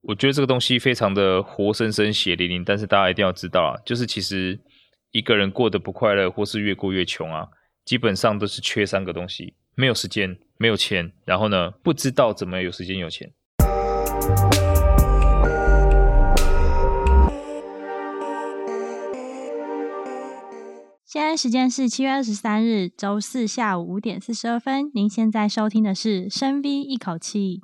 我觉得这个东西非常的活生生血淋淋，但是大家一定要知道啊，就是其实一个人过得不快乐或是越过越穷啊，基本上都是缺3个东西：没有时间、没有钱，然后呢不知道怎么有时间有钱。 现在时间是7月23日周四下午5点42分，您现在收听的是深 V 一口气。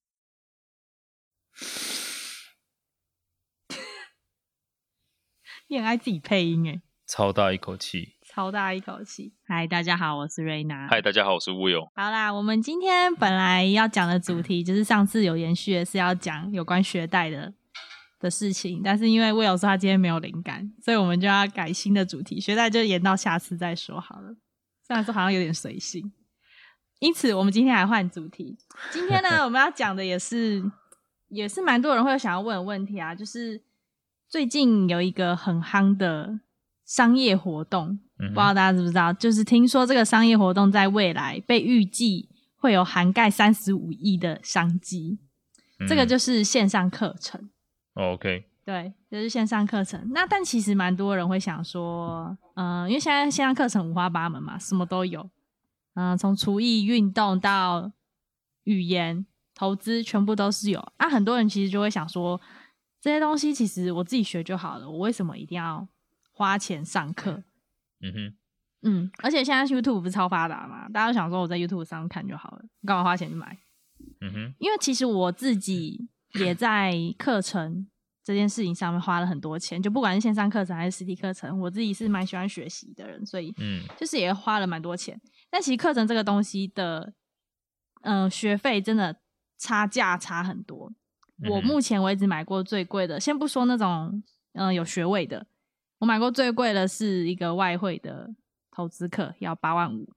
你很爱自己配音耶， 超大一口气， 超大一口气。嗨，大家好，我是瑞娜。 嗨，大家好，我是乌勇。 好啦，我们今天本来要讲的主题就是上次有延续的是要讲有关学贷的事情，但是因为Will说他今天没有灵感，所以我们就要改新的主题，学贷就延到下次再说好了。虽然说好像有点随性，因此我们今天来换主题。今天呢，我们要讲的也是蛮多人会想要问的问题啊，就是最近有一个很夯的商业活动，不知道大家知不知道，就是听说这个商业活动在未来被预计会有涵盖35亿的商机，这个就是线上课程。 OK， 对，就是线上课程。那但其实蛮多人会想说，因为现在线上课程五花八门嘛，什么都有，从厨艺、运动到语言、投资，全部都是有。啊，很多人其实就会想说，这些东西其实我自己学就好了，我为什么一定要花钱上课？而且现在 YouTube 不是超发达嘛，大家都想说我在 YouTube 上看就好了，干嘛花钱去买？因为其实我自己也在课程这件事情上面花了很多钱，就不管是线上课程还是实体课程，我自己是蛮喜欢学习的人，所以就是也花了蛮多钱。但其实课程这个东西的学费真的差价差很多。我目前为止买过最贵的，先不说那种有学位的，我买过最贵的是一个外汇的投资课，要8万5。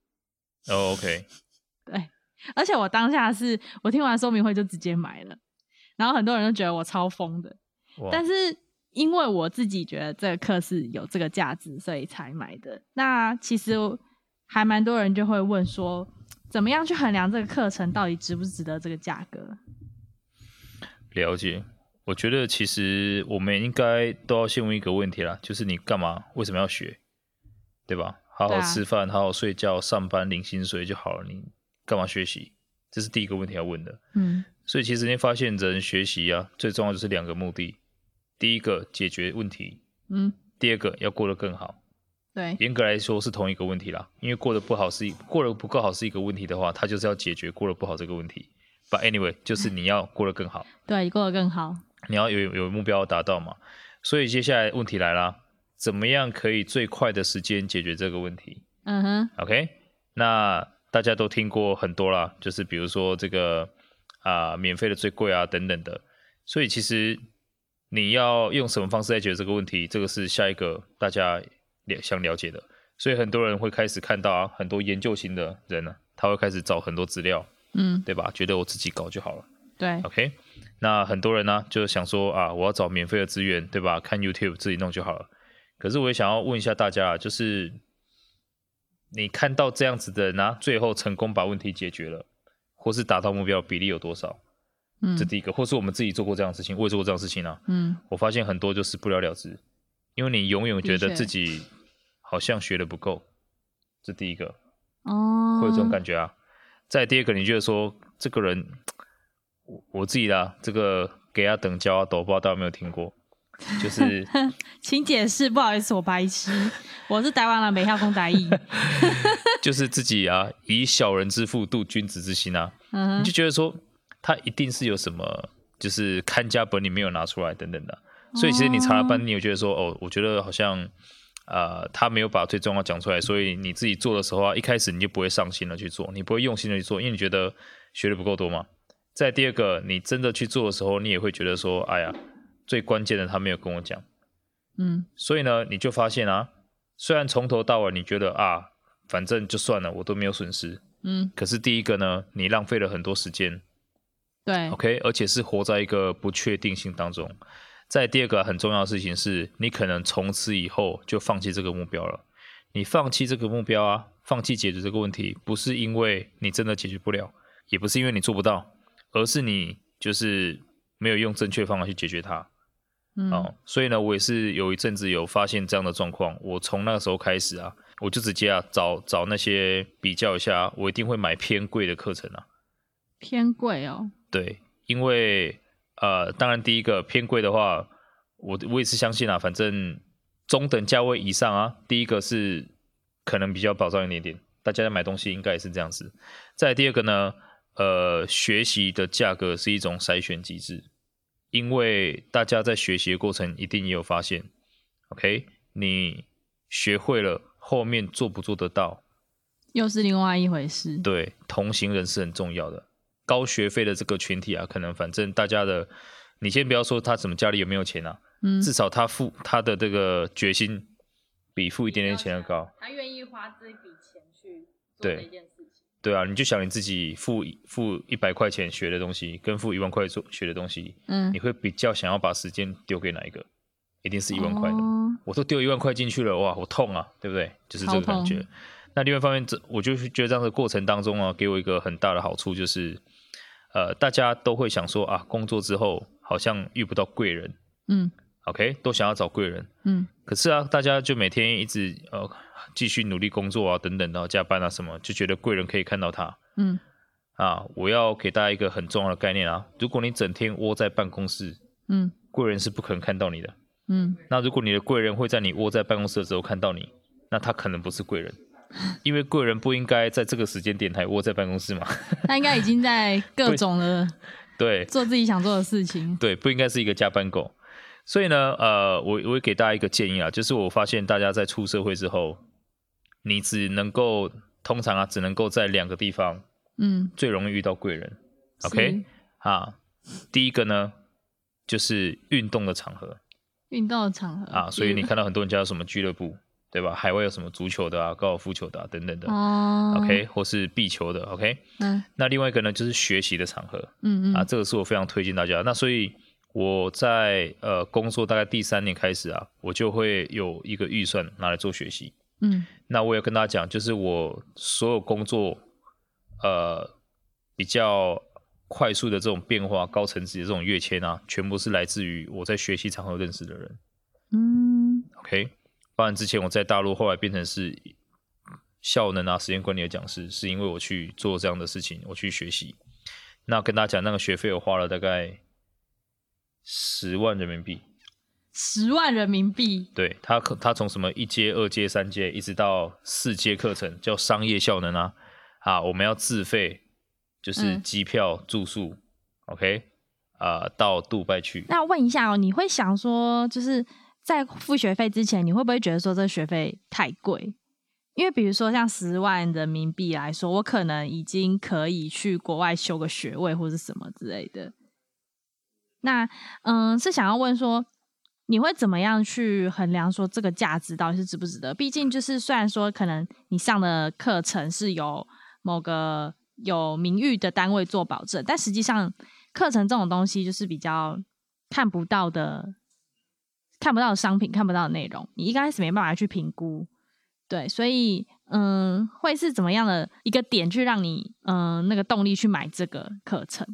OK， 对，而且我当下是我听完说明会就直接买了，然后很多人都觉得我超疯的，但是因为我自己觉得这个课是有这个价值，所以才买的。那其实还蛮多人就会问说，怎么样去衡量这个课程到底值不值得这个价格？ 了解。我觉得其实我们应该都要先问一个问题啦，就是你干嘛？为什么要学？对吧？好好吃饭，好好睡觉，上班领薪水就好了，你干嘛学习？这是第一个问题要问的。所以其实你发现人学习啊，最重要就是2个目的。第一个解决问题，第二个要过得更好。 对， 严格来说是同一个问题啦，因为过得不够好是一个问题的话，它就是要解决过得不好这个问题。But anyway， 就是你要过得更好。 对，过得更好，你要有目标要达到嘛。所以接下来问题来啦，怎么样可以最快的时间解决这个问题？OK， 那大家都听过很多啦，就是比如说这个免费的最贵啊等等的。所以其实你要用什么方式来解决这个问题，这个是下一个大家想了解的。所以很多人会开始看到很多研究型的人呢，他会开始找很多资料，对吧？觉得我自己搞就好了。 对 ，OK， 那很多人呢就想说我要找免费的资源，对吧？看 YouTube 自己弄就好了。可是我也想要问一下大家，就是你看到这样子的人最后成功把问题解决了，或是达到目标的比例有多少？这第一个，或是我们自己做过这样的事情，我也做过这样的事情啊。我发现很多就是不了了之，因为你永远觉得自己好像学的不够，这第一个，会有这种感觉啊。再第二个，你觉得说这个人，我自己啦，这个给他等教抖，不知道大家有没有听过？就是请解释，不好意思，我白痴，我是台湾人，没跳公台语。 就是自己以小人之腹度君子之心啊，你就觉得说他一定是有什么，就是看家本领没有拿出来等等的，所以其实你查了半天，你有觉得说我觉得好像他没有把最重要讲出来，所以你自己做的时候一开始你就不会上心的去做，你不会用心的去做，因为你觉得学的不够多嘛。再第二个，你真的去做的时候，你也会觉得说，哎呀，最关键的他没有跟我讲，所以呢，你就发现虽然从头到尾你觉得反正就算了，我都没有损失，可是第一个呢，你浪费了很多时间， 对 ，OK， 而且是活在一个不确定性当中。再第二个很重要的事情是，你可能从此以后就放弃这个目标了。你放弃这个目标放弃解决这个问题，不是因为你真的解决不了，也不是因为你做不到，而是你没有用正确方法去解决它。所以呢，我也是有一阵子有发现这样的状况。我从那个时候开始啊，我就直接找那些比较一下，我一定会买偏贵的课程啊。 偏贵哦？ 对，因为当然第一个偏贵的话，我也是相信啊，反正中等价位以上啊，第一个是可能比较保障一点点，大家在买东西应该也是这样子。再来第二个呢，学习的价格是一种筛选机制。因为大家在学习的过程一定也有发现 ，OK， 你学会了，后面做不做得到， 又是另外一回事。 对，同行人是很重要的。高学费的这个群体啊，可能反正大家的，你先不要说他怎么家里有没有钱啊，至少他的这个决心比付一点点钱要高， 他愿意花这笔钱去做这件事情。 对啊，你就想你自己付100块钱学的东西，跟付1万块学的东西，你会比较想要把时间丢给哪一个？一定是1万块的。我都丢1万块进去了，哇，我痛啊，对不对？就是这个感觉。那另外一方面，我就觉得这样的过程当中啊，给我一个很大的好处就是，大家都会想说啊，工作之后好像遇不到贵人，OK， 都想要找贵人，可是啊，大家就每天一直继续努力工作啊，等等的加班啊什么，就觉得贵人可以看到他。我要给大家一个很重要的概念啊，如果你整天窝在办公室，贵人是不可能看到你的。那如果你的贵人会在你窝在办公室的时候看到你，那他可能不是贵人，因为贵人不应该在这个时间点还窝在办公室嘛。 他应该已经在各种的对做自己想做的事情。 对，不应该是一个加班狗。所以呢，我会给大家一个建议啊，就是我发现大家在出社会之后，你通常啊，只能够在2个地方，最容易遇到贵人。OK， 第一个呢，就是运动的场合。 运动的场合啊， 所以你看到很多人家有什么俱乐部，对吧？海外有什么足球的啊、高尔夫球的啊等等的，OK， 或是壁球的 ，OK。那另外一个呢，就是学习的场合，这个是我非常推荐大家。那所以我在工作大概第3年开始啊，我就会有一个预算拿来做学习。那我也跟大家讲，就是我所有工作比较快速的这种变化、高层级的这种跃迁啊，全部是来自于我在学习场合认识的人。OK， 包含之前我在大陆，后来变成是效能啊、时间管理的讲师，是因为我去做这样的事情，我去学习。那跟大家讲，那个学费我花了大概10万人民币。 10万人民币？ 对，他从什么1阶、2阶、3阶，一直到4阶课程，叫商业效能啊。我们要自费。就是机票、住宿 ，OK， 到杜拜去。 那问一下哦，你会想说，就是在付学费之前，你会不会觉得说这学费太贵？因为比如说像10万人民币来说，我可能已经可以去国外修个学位或是什么之类的。那是想要问说，你会怎么样去衡量说这个价值到底是值不值得？毕竟就是虽然说可能你上的课程是有某个有名誉的单位做保证，但实际上课程这种东西就是比较看不到的商品，看不到的内容，你一开始没办法去评估。对，所以会是怎么样的一个点去让你那个动力去买这个课程？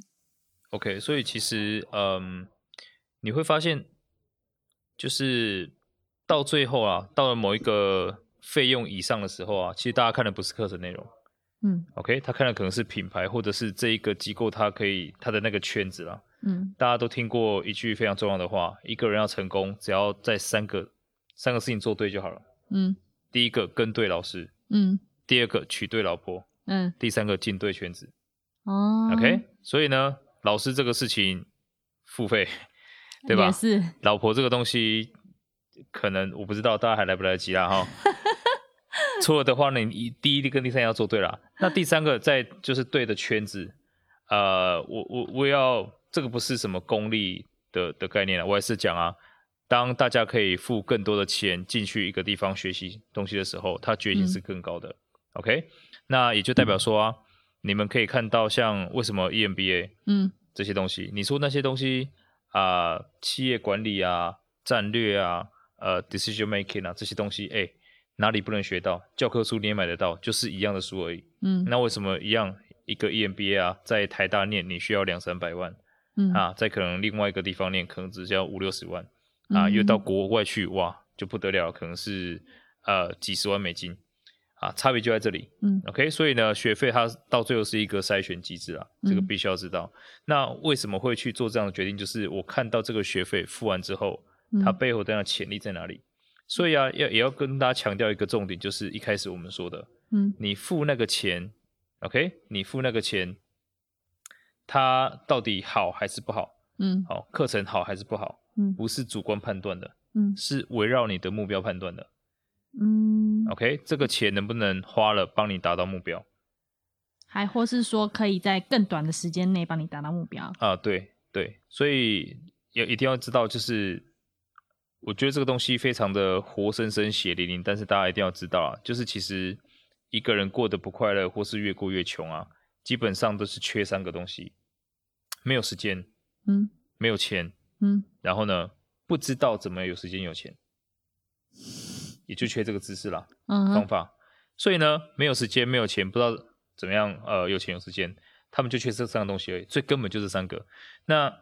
OK， 所以其实你会发现就是到最后啊，到了某一个费用以上的时候啊，其实大家看的不是课程内容，OK， 他看的可能是品牌，或者是这一个机构它的那个圈子啦。大家都听过一句非常重要的话，一个人要成功，只要在三个事情做对就好了。第一个跟对老师，第二个娶对老婆，第三个进对圈子。OK， 所以呢，老师这个事情付费，对吧？ 也是。 老婆这个东西，可能我不知道大家还来不来得及啦哈。错了的话呢，你第一跟第三要做对啦。那第三个就是对的圈子，我要这个不是什么功利的概念啦，我还是讲啊，当大家可以付更多的钱进去一个地方学习东西的时候，它决心是更高的。OK， 那也就代表说啊，你们可以看到像为什么 EMBA 这些东西，你说那些东西企业管理啊、战略啊、decision making 啊这些东西，哪里不能学到？教科书你也买得到，就是一样的书而已。那为什么一个 EMBA 啊，在台大念你需要200-300万？ 在可能另外一个地方念可能只要50-60万又到国外去哇就不得了，可能是几十万美金差别就在这里。OK， 所以呢学费它到最后是一个筛选机制这个必须要知道。那为什么会去做这样的决定，就是我看到这个学费付完之后它背后的潜力在哪里。所以也要跟大家强调一个重点，就是一开始我们说的你付那个钱 OK， 你付那个钱它到底好还是不好，好，课程好还是不好，不是主观判断的，是围绕你的目标判断的。OK， 这个钱能不能花了帮你达到目标， 还或是说可以在更短的时间内帮你达到目标对对，所以也一定要知道，就是我觉得这个东西非常的活生生血淋淋，但是大家一定要知道就是其实一个人过得不快乐或是越过越穷基本上都是缺3个东西，没有时间，没有钱，然后呢不知道怎么有时间有钱，也就缺这个知识啦，方法。所以呢没有时间没有钱，不知道怎么样有钱有时间，他们就缺这3个东西而已，最根本就是3个。那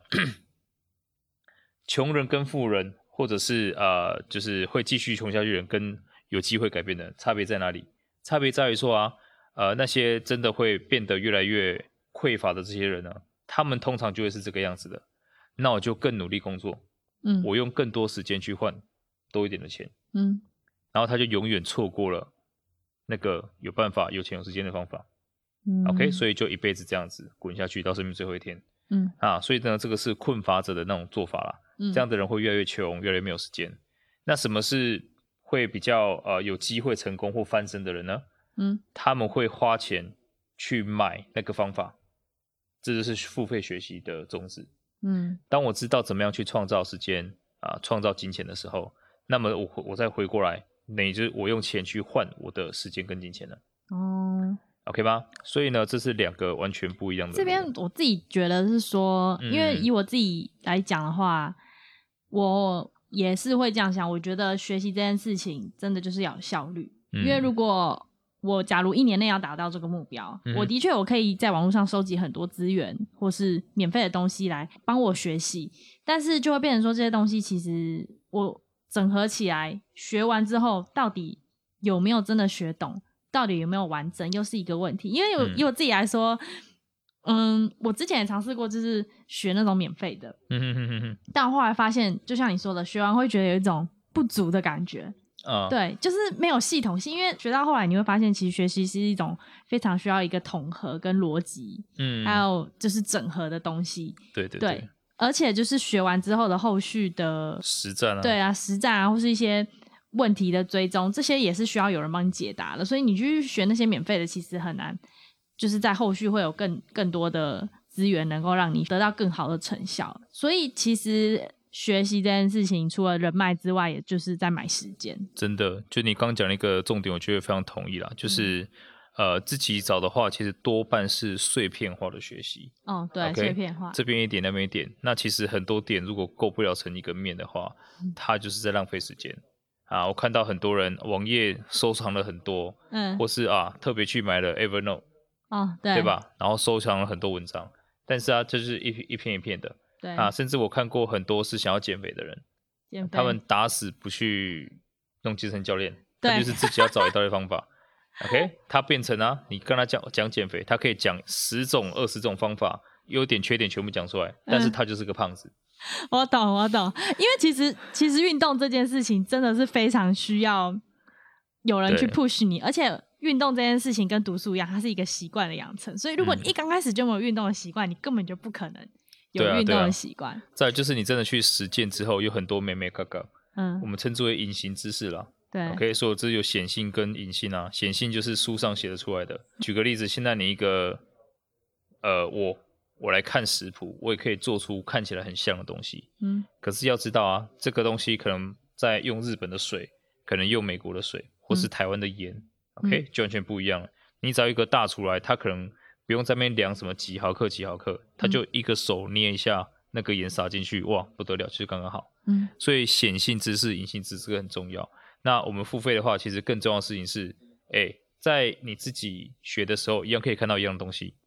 穷人跟富人或者是就是会继续穷下去的人跟有机会改变的人差别在哪里？差别在于说那些真的会变得越来越匮乏的这些人呢，他们通常就会是这个样子的。那我就更努力工作，我用更多时间去换多一点的钱，然后他就永远错过了那个有办法有钱有时间的方法。OK， 所以就一辈子这样子滚下去到生命最后一天。所以呢这个是困乏者的那种做法啦。这样的人会越来越穷，越来越没有时间。那什么是会比较有机会成功或翻身的人呢？他们会花钱去买那个方法，这就是付费学习的宗旨。当我知道怎么样去创造时间创造金钱的时候，那么我再回过来，那就是我用钱去换我的时间跟金钱了。OK 吗？所以呢这是2个完全不一样的。 这边我自己觉得是说因为以我自己来讲的话，我也是会这样想，我觉得学习这件事情真的就是要有效率。因为如果我假如1年内要达到这个目标，我的确我可以在网络上收集很多资源或是免费的东西来帮我学习，但是就会变成说这些东西其实我整合起来学完之后到底有没有真的学懂，到底有没有完整又是一个问题。因为以我自己来说我之前也尝试过就是学那种免费的但后来发现就像你说的，学完会觉得有一种不足的感觉。对，就是没有系统性。因为学到后来你会发现其实学习是一种非常需要一个统合跟逻辑还有就是整合的东西。对，而且就是学完之后的后续的实战对实战或是一些问题的追踪，这些也是需要有人帮你解答的。所以你去学那些免费的其实很难，就是在后续会有更多的资源能够让你得到更好的成效。所以其实学习这件事情除了人脉之外也就是在买时间。 真的就你刚讲的一个重点我觉得非常同意啦，就是自己找的话其实多半是碎片化的学习。 对、okay? 碎片化， 这边一点那边一点，那其实很多点如果够不了成一个面的话它就是在浪费时间我看到很多人网页收藏了很多或是特别去买了 Evernote 对吧，然后收藏了很多文章，但是这就是一片一片的。对甚至我看过很多是想要减肥的人，他们打死不去弄健身教练，他就是自己要找一大堆方法OK， 他变成你跟他讲减肥，他可以讲10种20种方法，优点缺点全部讲出来，但是他就是个胖子。 我懂，因为其实运动这件事情真的是非常需要有人去 push 你，而且运动这件事情跟读书一样，它是一个习惯的养成，所以如果你一刚开始就没有运动的习惯，你根本就不可能有运动的习惯。再来就是你真的去实践之后，有很多美美嘎嘎，我们称之为隐形知识啦。对 ，OK， 所以这有显性跟隐性显性就是书上写的出来的。举个例子，现在你一个我来看食谱，我也可以做出看起来很像的东西。可是要知道这个东西可能在用日本的水，可能用美国的水，或是台湾的盐，OK，就完全不一样了。你找一个大厨来，他可能不用在那边量什么几毫克几毫克，他就一个手捏一下那个盐撒进去，哇，不得了，就是刚刚好。所以显性知识、隐性知识很重要。那我们付费的话，其实更重要的事情是，在你自己学的时候，一样可以看到一样的东西。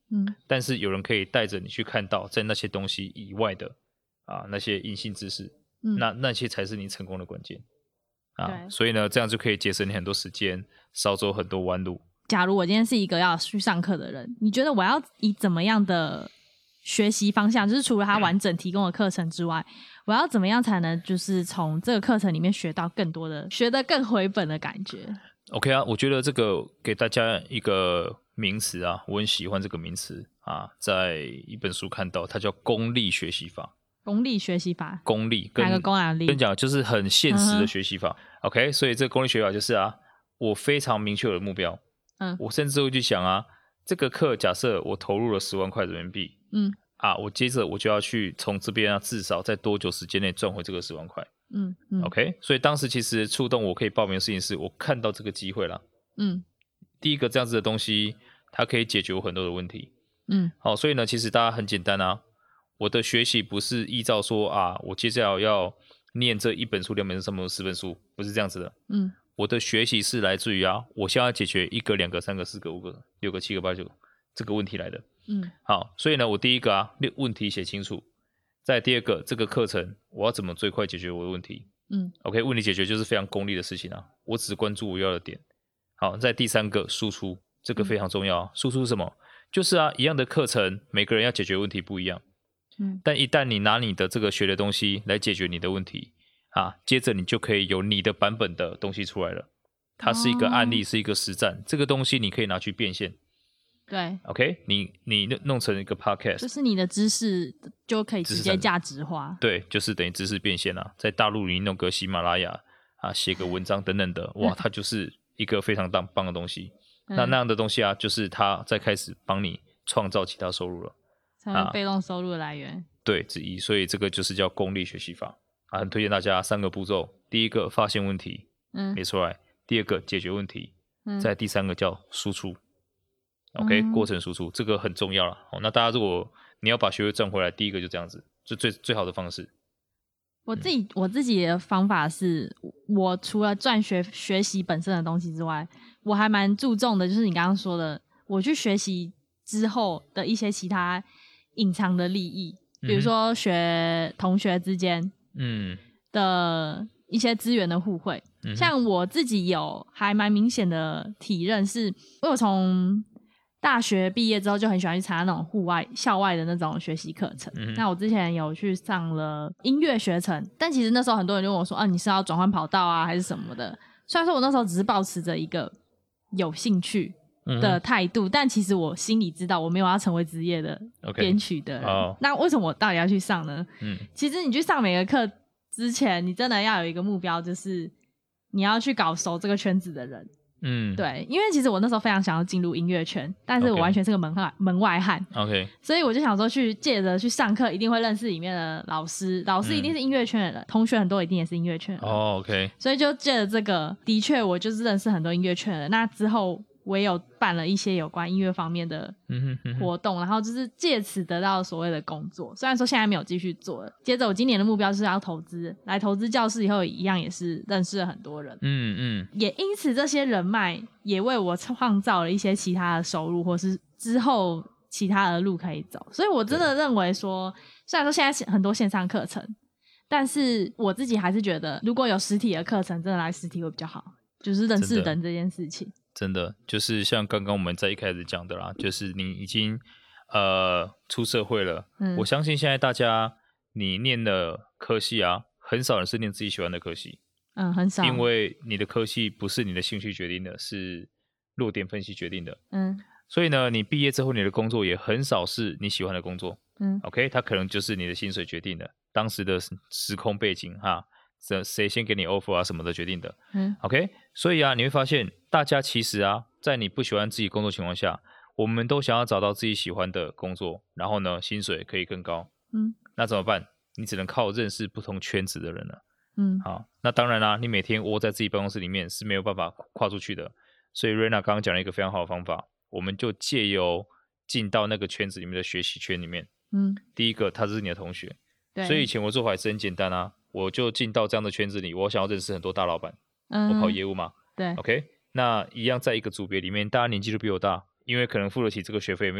但是有人可以带着你去看到在那些东西以外的那些隐性知识，那些才是你成功的关键所以呢，这样就可以节省你很多时间，少走很多弯路。 假如我今天是一个要去上课的人，你觉得我要以怎么样的学习方向，就是除了他完整提供的课程之外，我要怎么样才能就是从这个课程里面学到更多的，学得更回本的感觉？ OK 我觉得这个给大家一个名词我很喜欢这个名词在一本书看到，它叫功利学习法。 功利学习法， 功利哪个功哪个利？ 跟你讲就是很现实的学习法。OK， 所以这个功利学习法就是我非常明确我的目标，我甚至会去想这个课假设我投入了10万块人民币，我接着我就要去从这边至少在多久时间内赚回这个10万块。OK， 所以当时其实触动我可以报名的事情是我看到这个机会了。第一个这样子的东西，它可以解决我很多的问题。好，所以呢，其实大家很简单我的学习不是依照说我接下来要念这1本书、2本书、3本书、10本书，不是这样子的。我的学习是来自于我现在要解决1个、2个、3个、4个、5个、6个、7个、8个、9个这个问题来的。好，所以呢，我第一个问题写清楚。再第二个，这个课程我要怎么最快解决我的问题？OK， 问题解决就是非常功利的事情我只关注我要的点。好，再第三个输出，这个非常重要输出是什么？就是一样的课程，每个人要解决问题不一样。但一旦你拿你的这个学的东西来解决你的问题接着你就可以有你的版本的东西出来了。它是一个案例，是一个实战，这个东西你可以拿去变现。 对 ，OK， 你弄成一个 podcast， 就是你的知识就可以直接价值化。 对，就是等于知识变现在大陆里弄个喜马拉雅写个文章等等的，哇，它就是一个非常棒的东西。那样的东西就是它在开始帮你创造其他收入了， 成为被动收入的来源。 对，之一。所以这个就是叫功利学习法很推荐大家3个步骤：第一个发现问题，没出来；第二个解决问题，再第三个叫输出。OK， 过程输出这个很重要了。那大家如果你要把学会赚回来，第一个就这样子，就最好的方式。 我自己的方法是，我除了赚学习本身的东西之外，我还蛮注重的，就是你刚刚说的，我去学习之后的一些其他隐藏的利益，比如说同学之间的一些资源的互惠。像我自己有还蛮明显的体认是，我从大学毕业之后就很喜欢去参加那种校外的那种学习课程。那我之前有去上了音乐学程，但其实那时候很多人就问我说你是要转换跑道还是什么的。虽然说我那时候只是抱持着一个有兴趣的态度，但其实我心里知道我没有要成为职业的编曲的人。那为什么我到底要去上呢？其实你去上每个课之前，你真的要有一个目标，就是你要去搞熟这个圈子的人。对，因为其实我那时候非常想要进入音乐圈，但是我完全是个门外汉。 OK， 所以我就想说借着去上课，一定会认识里面的老师一定是音乐圈的人，同学很多一定也是音乐圈的人。 OK， 所以就借着这个，的确我就是认识很多音乐圈的人。那之后我也有办了一些有关音乐方面的活动，然后就是借此得到所谓的工作，虽然说现在没有继续做了。接着我今年的目标就是要投资，来投资教室以后一样也是认识了很多人，也因此这些人脉也为我创造了一些其他的收入，或是之后其他的路可以走。所以我真的认为说，虽然说现在很多线上课程，但是我自己还是觉得如果有实体的课程，真的来实体会比较好，就是认识人这件事情。 真的就是像刚刚我们在一开始讲的啦，就是你已经出社会了，我相信现在大家你念的科系很少人是念自己喜欢的科系， 很少， 因为你的科系不是你的兴趣决定的，是落点分析决定的，所以呢，你毕业之后你的工作也很少是你喜欢的工作，OK， 它可能就是你的薪水决定的，当时的时空背景谁先给你 offer 什么的决定的，OK， 所以你会发现大家其实在你不喜欢自己工作情况下，我们都想要找到自己喜欢的工作，然后呢薪水可以更高，那怎么办？你只能靠认识不同圈子的人了，好，那当然啦，你每天窝在自己办公室里面是没有办法跨出去的，所以 Rena 刚刚讲了一个非常好的方法，我们就借由进到那个圈子里面的学习圈里面，第一个他是你的同学，所以以前我做法也是很简单我就进到这样的圈子里，我想要认识很多大老板，我跑业务嘛， 对 ，OK， 那一样在一个组别里面，大家年纪都比我大，因为可能付得起这个学费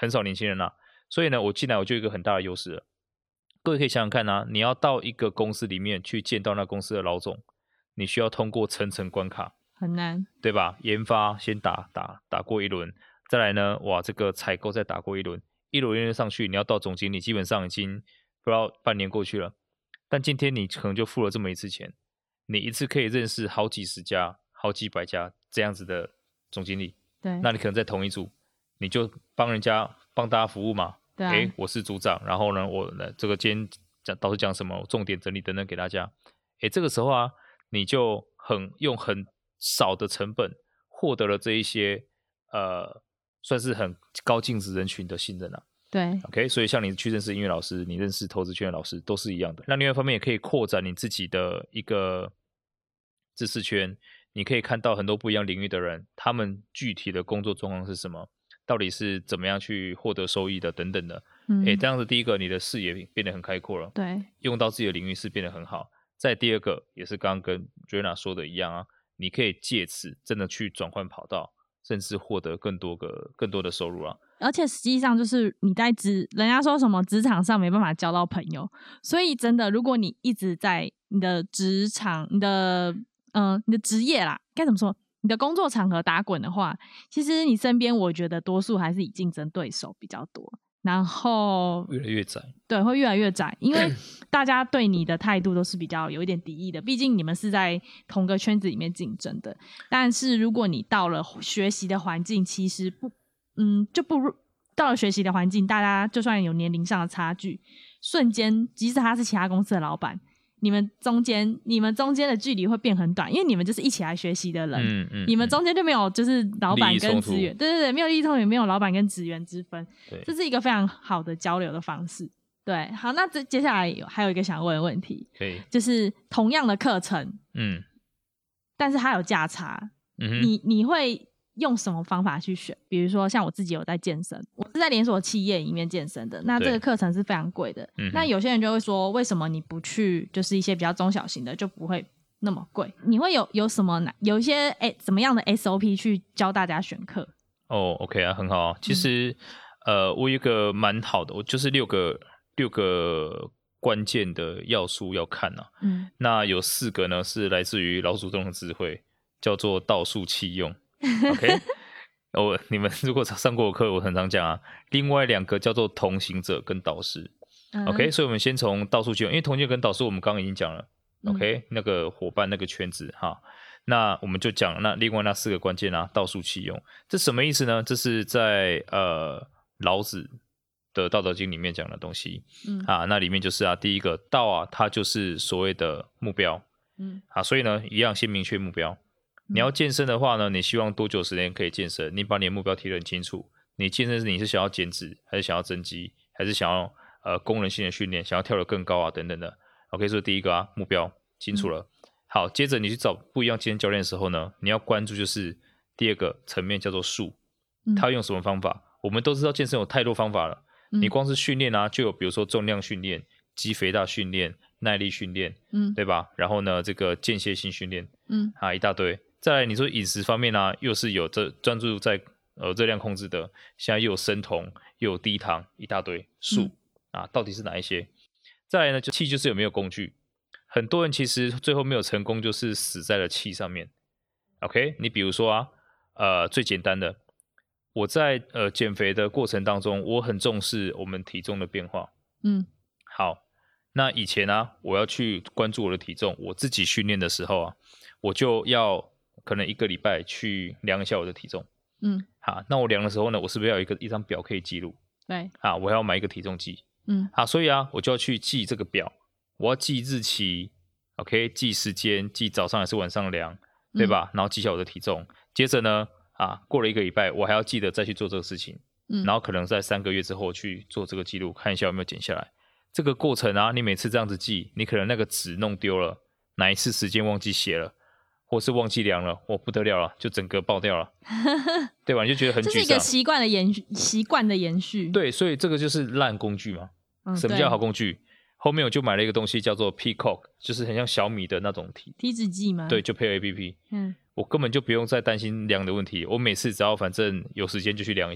很少年轻人啊，所以呢，我进来我就有一个很大的优势了。各位可以想想看啊，你要到一个公司里面去见到那公司的老总，你需要通过层层关卡， 很难， 对吧？研发先打过一轮，再来呢，哇，这个采购再打过一轮，一轮上去，你要到总经理，基本上已经不知道半年过去了。但今天你可能就付了这么一次钱，你一次可以认识好几十家、好几百家这样子的总经理。 对， 那你可能在同一组，你就帮大家服务嘛。 对啊， 我是组长，然后呢，我这个今天导师讲什么，重点整理等等给大家。这个时候啊，你就用很少的成本获得了这一些算是很高净值人群的信任啊。 对 ，OK， 所以像你去认识音乐老师，你认识投资圈的老师都是一样的。那另外一方面也可以扩展你自己的一个知识圈，你可以看到很多不一样领域的人，他们具体的工作状况是什么，到底是怎么样去获得收益的等等的。这样子第一个你的视野变得很开阔了， 对， 用到自己的领域是变得很好。再第二个也是刚刚跟 Joanna 说的一样啊，你可以借此真的去转换跑道，甚至获得更多的收入啊。 而且实际上就是你在人家说什么职场上没办法交到朋友，所以真的如果你一直在你的职场、你的职业啦，该怎么说？你的工作场合打滚的话，其实你身边我觉得多数还是以竞争对手比较多，然后越来越窄， 对，会越来越窄，因为大家对你的态度都是比较有一点敌意的，毕竟你们是在同个圈子里面竞争的。但是如果你到了学习的环境，其实到了学习的环境，大家就算有年龄上的差距，瞬间即使他是其他公司的老板，你们中间的距离会变很短，因为你们就是一起来学习的人，你们中间就没有就是老板跟职员，对，没有利益冲突，也没有老板跟职员之分，这是一个非常好的交流的方式。对，好，那接下来还有一个想问的问题，就是同样的课程，但是它有价差，你会用什么方法去选？比如说像我自己有在健身，我是在连锁企业里面健身的，那这个课程是非常贵的。那有些人就会说，为什么你不去就是一些比较中小型的，就不会那么贵？你会有什么有一些怎么样的 SOP 去教大家选课 ？OK 啊，很好啊。其实我有一个蛮好的，我就是六个关键的要素要看啊。那有4个呢是来自于老祖宗的智慧，叫做道术器用。OK， 你们如果上过我课，我很常讲啊。另外2个叫做同行者跟导师。OK， 所以我们先从道术器用，因为同行者跟导师我们刚刚已经讲了。OK， 那个伙伴那个圈子哈，那我们就讲那另外那4个关键啊，道术器用，这什么意思呢？这是在老子的《道德经》里面讲的东西。那里面就是啊，第一个道啊，它就是所谓的目标。所以呢，一样先明确目标。你要健身的话呢，你希望多久时间可以健身？你把你的目标提得很清楚。你健身你是想要减脂，还是想要增肌，还是想要功能性的训练，想要跳得更高啊等等的。OK， 所以第一个啊，目标清楚了。好，接着你去找不一样健身教练的时候呢，你要关注就是第2个层面叫做术，他用什么方法？我们都知道健身有太多方法了。你光是训练啊，就有比如说重量训练、肌肥大训练、耐力训练，对吧？然后呢，这个间歇性训练，一大堆。再来，你说饮食方面啊，又是有专注在热量控制的，现在又有生酮，又有低糖，一大堆术到底是哪一些？再来呢，气就是有没有工具。很多人其实最后没有成功，就是死在了气上面。OK， 你比如说啊，最简单的，我在减肥的过程当中，我很重视我们体重的变化。好，那以前啊，我要去关注我的体重，我自己训练的时候啊，我就要可能1个礼拜去量一下我的体重。好，那我量的时候呢，我是不是要有一张表可以记录？ 对， 我还要买一个体重计。所以啊，我就要去记这个表，我要记日期 ，OK， 记时间，记早上还是晚上量，对吧？然后记下我的体重。接着呢，过了1个礼拜，我还要记得再去做这个事情。然后可能在3个月之后去做这个记录，看一下有没有减下来。这个过程啊，你每次这样子记，你可能那个纸弄丢了，哪一次时间忘记写了，或是忘记量了，不得了了，就整个爆掉了，对吧？你就觉得很沮丧。这是一个习惯的延续。 对，所以这个就是烂工具嘛。什么叫好工具？后面我就买了一个东西叫做 Peacock， 就是很像小米的那种体脂计吗？ 对，就配合 APP。我根本就不用再担心量的问题，我每次只要反正有时间就去量一下。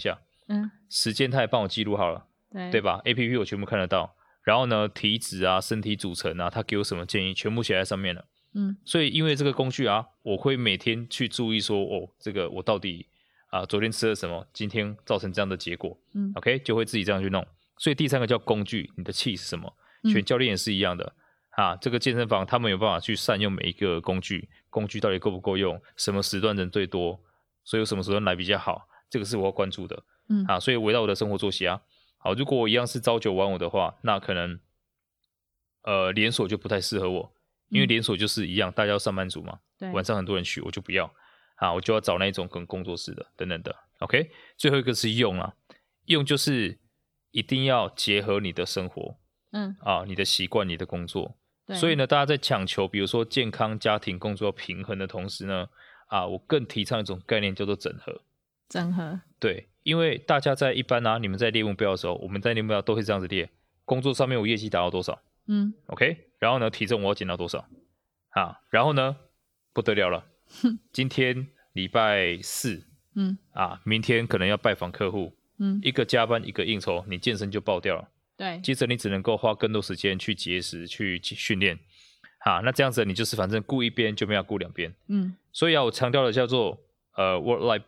时间他也帮我记录好了，对吧 ？APP 我全部看得到，然后呢，体脂啊、身体组成啊，他给我什么建议，全部写在上面了。所以因为这个工具啊，我会每天去注意说，这个我到底昨天吃了什么，今天造成这样的结果，OK， 就会自己这样去弄。所以第3个叫工具，你的气是什么？选教练也是一样的这个健身房他们有办法去善用每一个工具到底够不够用，什么时段人最多，所以有什么时段来比较好，这个是我要关注的。所以围绕我的生活作息好，如果我一样是朝9晚5的话，那可能连锁就不太适合我，因为连锁就是一样，大家要上班族嘛，晚上很多人去，我就不要我就要找那种跟工作室的等等的。OK， 最后一个是用用就是一定要结合你的生活，你的习惯，你的工作。所以呢，大家在讲求比如说健康、家庭、工作要平衡的同时呢，我更提倡一种概念叫做整合。对，因为大家在一般你们在列目标的时候，我们在列目标都会这样子列，工作上面我业绩达到多少，OK， 然后呢体重我要减到多少然后呢不得了了今天礼拜4明天可能要拜访客户，一个加班一个应酬，你健身就爆掉了。 对， 接着你只能够花更多时间去节食去训练那这样子你就是反正顾一边就没有顾2边。所以我强调的叫做work life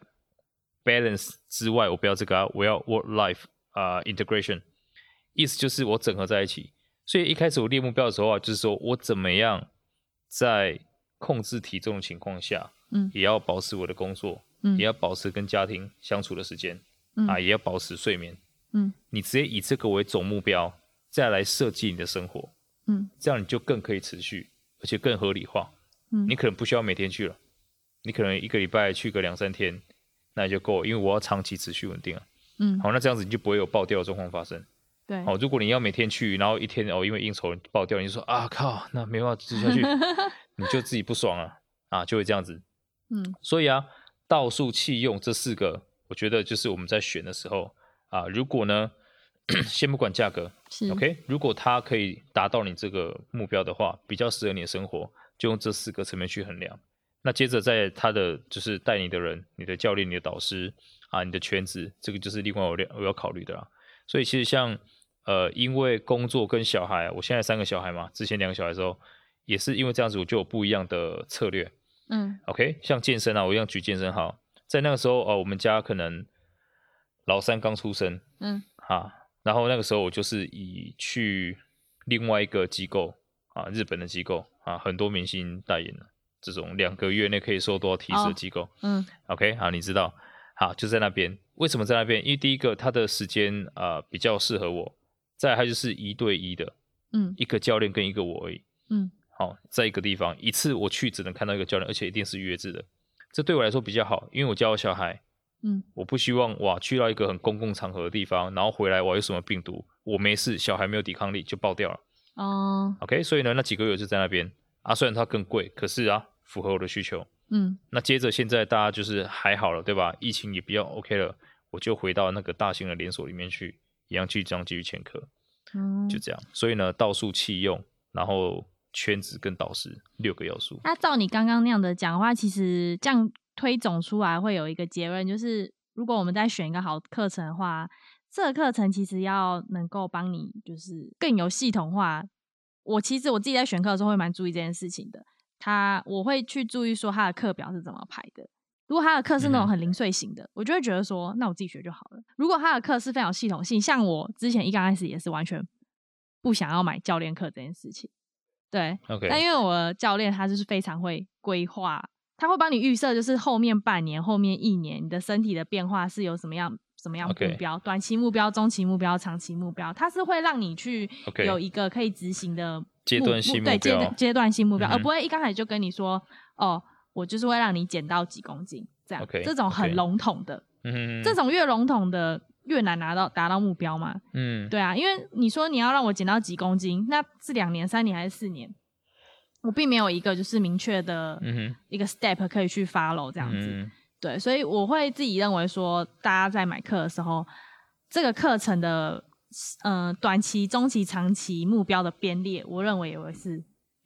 balance 之外，我不要这个我要 work life integration， 意思就是我整合在一起。所以一开始我列目标的时候就是说我怎么样在控制体重的情况下，也要保持我的工作，也要保持跟家庭相处的时间，也要保持睡眠。你直接以这个为总目标，再来设计你的生活，这样你就更可以持续，而且更合理化。你可能不需要每天去了，你可能1个礼拜去个2-3天，那也就够了，因为我要长期持续稳定好，那这样子你就不会有爆掉的状况发生。 对， 好，如果你要每天去，然后一天因为应酬爆掉，你就说靠，那没办法继续下去，你就自己不爽了就会这样子。所以道术气用这4个，我觉得就是我们在选的时候如果呢先不管价格，OK， 如果它可以达到你这个目标的话，比较适合你的生活，就用这4个层面去衡量。那接着在他的就是带你的人，你的教练、你的导师你的圈子，这个就是另外我要考虑的所以其实像因为工作跟小孩，我现在3个小孩嘛，之前2个小孩的时候，也是因为这样子，我就有不一样的策略。OK， 像健身我一样举健身好，在那个时候我们家可能老3刚出生，然后那个时候我就是以去另外一个机构日本的机构很多明星代言的这种2个月内可以收多少提示的机构，OK， 好，你知道，好，就在那边。为什么在那边？因为第一个它的时间比较适合我，再来它就是1对1的，一个教练跟一个我而已，好，在一个地方一次我去只能看到一个教练，而且一定是预约制的，这对我来说比较好，因为我教小孩。我不希望去到一个很公共场合的地方，然后回来有什么病毒，我没事，小孩没有抵抗力就爆掉了。OK， 所以呢，那几个月就在那边虽然它更贵，可是符合我的需求。那接着现在大家就是还好了，对吧？疫情也比较 OK 了，我就回到那个大型的连锁里面去，一样去这样继续签课。就这样。所以呢，道术器用，然后圈子跟导师6个要素。 那照你刚刚那样的讲的话，其实这样推总出来会有一个结论，就是如果我们在选一个好课程的话，这个课程其实要能够帮你就是更有系统化。其实我自己在选课的时候会蛮注意这件事情的，我会去注意说他的课表是怎么排的。如果他的课是那种很零碎型的，我就会觉得说那我自己学就好了。如果他的课是非常有系统性，像我之前刚开始也是完全不想要买教练课这件事情，对，但因为我的教练他就是非常会规划，他会帮你预设，就是后面半年、后面1年，你的身体的变化是有什么样目标，短期目标、中期目标、长期目标，它是会让你去有一个可以执行的阶段性目标， 对，阶段性目标，而不会一刚开始就跟你说，我就是会让你减到几公斤，这样，这种很笼统的，这种越笼统的越难达到目标嘛。对啊，因为你说你要让我减到几公斤，那是2年、3年还是4年？我并没有一个就是明确的一个 step 可以去 follow 这样子。对，所以我会自己认为说，大家在买课的时候，这个课程的短期、中期、长期目标的编列，我认为也会是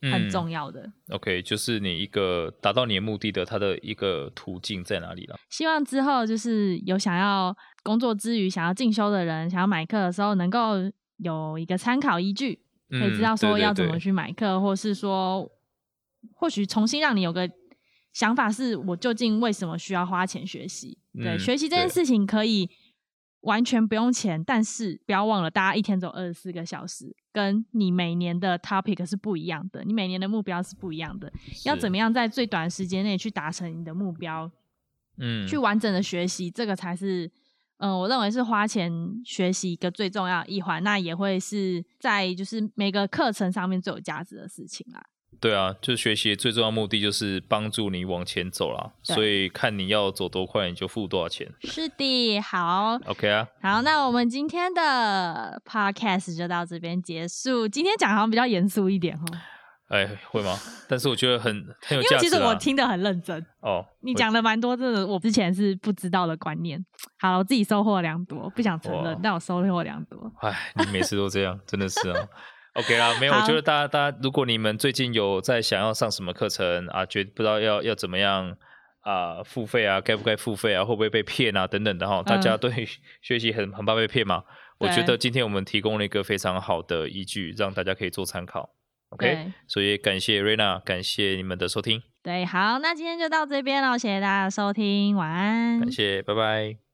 很重要的。 OK， 就是你一个达到你的目的的它的一个途径在哪里了？ 希望之后就是有想要工作之余想要进修的人，想要买课的时候能够有一个参考依据，可以知道说要怎么去买课，或是说或许重新让你有个想法，是我究竟为什么需要花钱学习。对，学习这件事情可以完全不用钱，但是不要忘了大家一天只有24个小时，跟你每年的 topic 是不一样的，你每年的目标是不一样的，要怎么样在最短的时间内去达成你的目标，去完整的学习，这个才是我认为是花钱学习一个最重要的一环，那也会是在就是每个课程上面最有价值的事情啦。 对啊，就是学习最重要的目的就是帮助你往前走啦，所以看你要走多快你就付多少钱。 是的，好 OK 啊， 好，那我们今天的 podcast 就到这边结束。今天讲好像比较严肃一点会吗？但是我觉得很有价值啦， 因为其实我听得很认真哦， 你讲的蛮多真的我之前是不知道的观念。好了，我自己收获良多，不想承认，但我收获良多。 你每次都这样真的是啊OK 啦，没有，我觉得大家如果你们最近有在想要上什么课程啊，不知道要怎么样付费啊，该不该付费啊，会不会被骗啊等等的大家对学习很怕被骗嘛。我觉得今天我们提供了一个非常好的依据，让大家可以做参考。OK， 所以感谢 Rena， 感谢你们的收听。 对，好，那今天就到这边了，谢谢大家的收听，晚安。 感谢，拜拜。